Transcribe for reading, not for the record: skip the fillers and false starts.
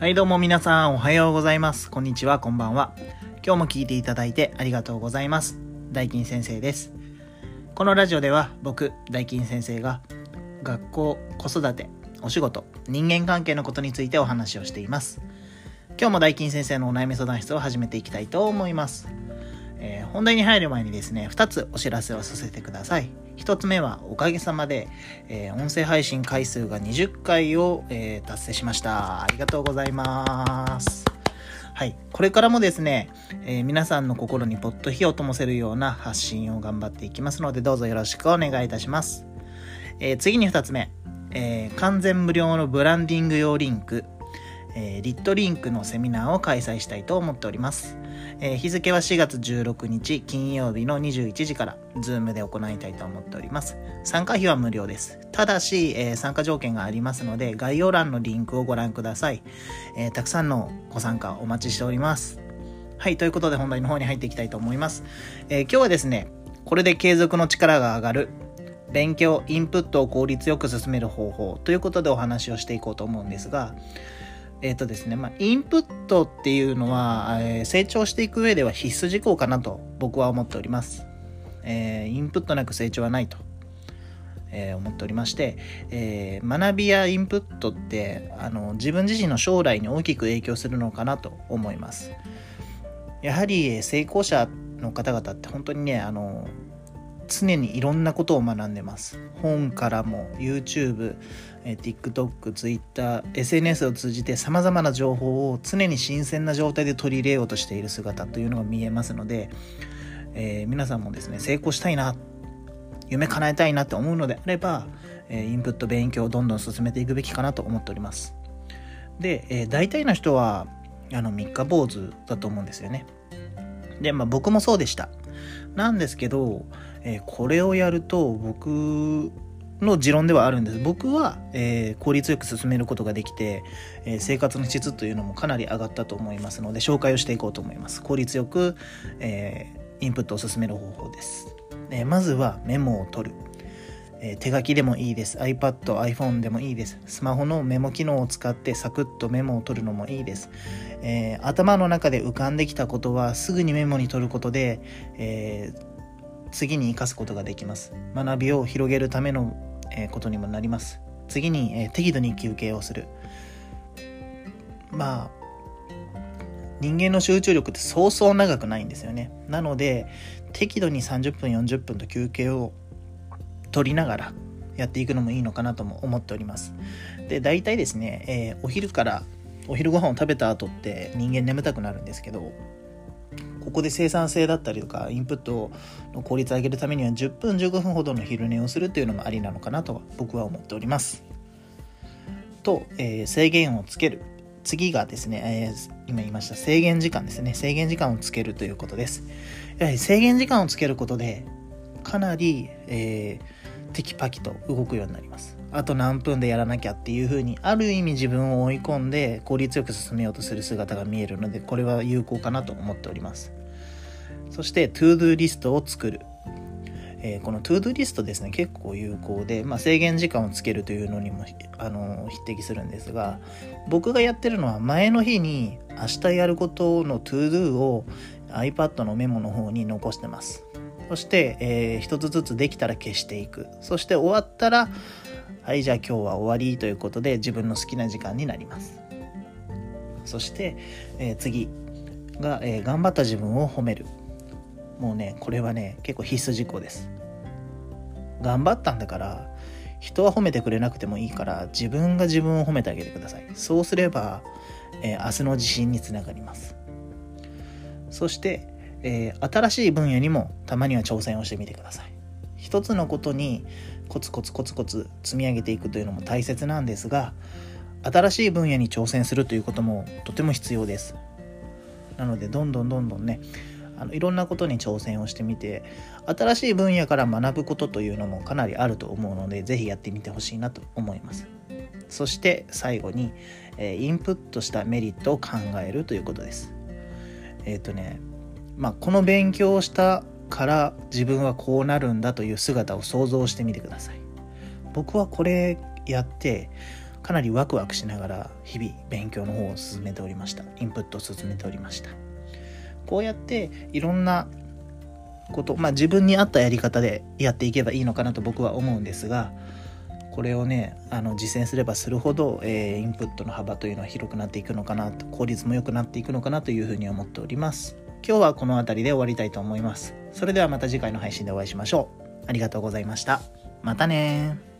はいどうも皆さんおはようございます。こんにちは、こんばんは。今日も聞いていただいてありがとうございます。大金先生です。このラジオでは僕、大金先生が学校、子育て、お仕事、人間関係のことについてお話をしています。今日も大金先生のお悩み相談室を始めていきたいと思います。本題に入る前にですね、2つお知らせをさせてください。1つ目はおかげさまで、音声配信回数が20回を、達成しました。ありがとうございます。はい、これからもですね、皆さんの心にポッと火を灯せるような発信を頑張っていきますので、どうぞよろしくお願いいたします。次に2つ目、完全無料のブランディング用リンク、リットリンクのセミナーを開催したいと思っております。日付は4月16日金曜日の21時からZoom で行いたいと思っております。参加費は無料です。ただし、参加条件がありますので概要欄のリンクをご覧ください。たくさんのご参加お待ちしております。はい、ということで本題の方に入っていきたいと思います。今日はですね、これで継続の力が上がる勉強、インプットを効率よく進める方法ということでお話をしていこうと思うんですが、ですね、インプットっていうのは、成長していく上では必須事項かなと僕は思っております。インプットなく成長はないと、思っておりまして、学びやインプットって自分自身の将来に大きく影響するのかなと思います。やはり成功者の方々って本当にね、常にいろんなことを学んでます。本からも YouTube、TikTok、Twitter、SNS を通じて様々な情報を常に新鮮な状態で取り入れようとしている姿というのが見えますので、皆さんもですね、成功したいな、夢叶えたいなって思うのであれば、インプット勉強をどんどん進めていくべきかなと思っております。で、大体の人は三日坊主だと思うんですよね。で、僕もそうでした。なんですけど、これをやると僕の持論ではあるんです。僕は、効率よく進めることができて、生活の質というのもかなり上がったと思いますので、紹介をしていこうと思います。効率よく、インプットを進める方法です。まずはメモを取る。手書きでもいいです。iPad、iPhone でもいいです。スマホのメモ機能を使ってサクッとメモを取るのもいいです。頭の中で浮かんできたことはすぐにメモに取ることで、次に生かすことができます。学びを広げるための、ことにもなります。次に、適度に休憩をする。人間の集中力ってそうそう長くないんですよね。なので適度に30分40分と休憩を取りながらやっていくのもいいのかなとも思っております。で、大体ですね、お昼ご飯を食べた後って人間眠たくなるんですけど、ここで生産性だったりとかインプットの効率を上げるためには10分15分ほどの昼寝をするというのもありなのかなと僕は思っておりますと、制限をつける。次がですね、今言いました制限時間ですね。制限時間をつけるということです。やはり制限時間をつけることでかなり、テキパキと動くようになります。あと何分でやらなきゃっていう風にある意味自分を追い込んで効率よく進めようとする姿が見えるので、これは有効かなと思っております。そしてトゥードゥリストを作る。このトゥードゥリストですね、結構有効で、制限時間をつけるというのにも匹敵するんですが、僕がやってるのは前の日に明日やることのトゥードゥを iPad のメモの方に残してます。そして、一つずつできたら消していく。そして終わったら、はい、じゃあ今日は終わりということで自分の好きな時間になります。そして、次が、頑張った自分を褒める。もうね、これはね、結構必須事項です。頑張ったんだから、人は褒めてくれなくてもいいから自分が自分を褒めてあげてください。そうすれば、明日の自信につながります。そして、新しい分野にもたまには挑戦をしてみてください。一つのことにコツコツ積み上げていくというのも大切なんですが、新しい分野に挑戦するということもとても必要です。なのでどんどんね、いろんなことに挑戦をしてみて、新しい分野から学ぶことというのもかなりあると思うので、ぜひやってみてほしいなと思います。そして最後に、インプットしたメリットを考えるということです。この勉強をしたから自分はこうなるんだという姿を想像してみてください。僕はこれやってかなりワクワクしながら日々勉強の方を進めておりました。インプットを進めておりました。こうやっていろんなこと、自分に合ったやり方でやっていけばいいのかなと僕は思うんですが、これをね実践すればするほど、インプットの幅というのは広くなっていくのかなと、効率も良くなっていくのかなというふうに思っております。今日はこの辺りで終わりたいと思います。それではまた次回の配信でお会いしましょう。ありがとうございました。またね。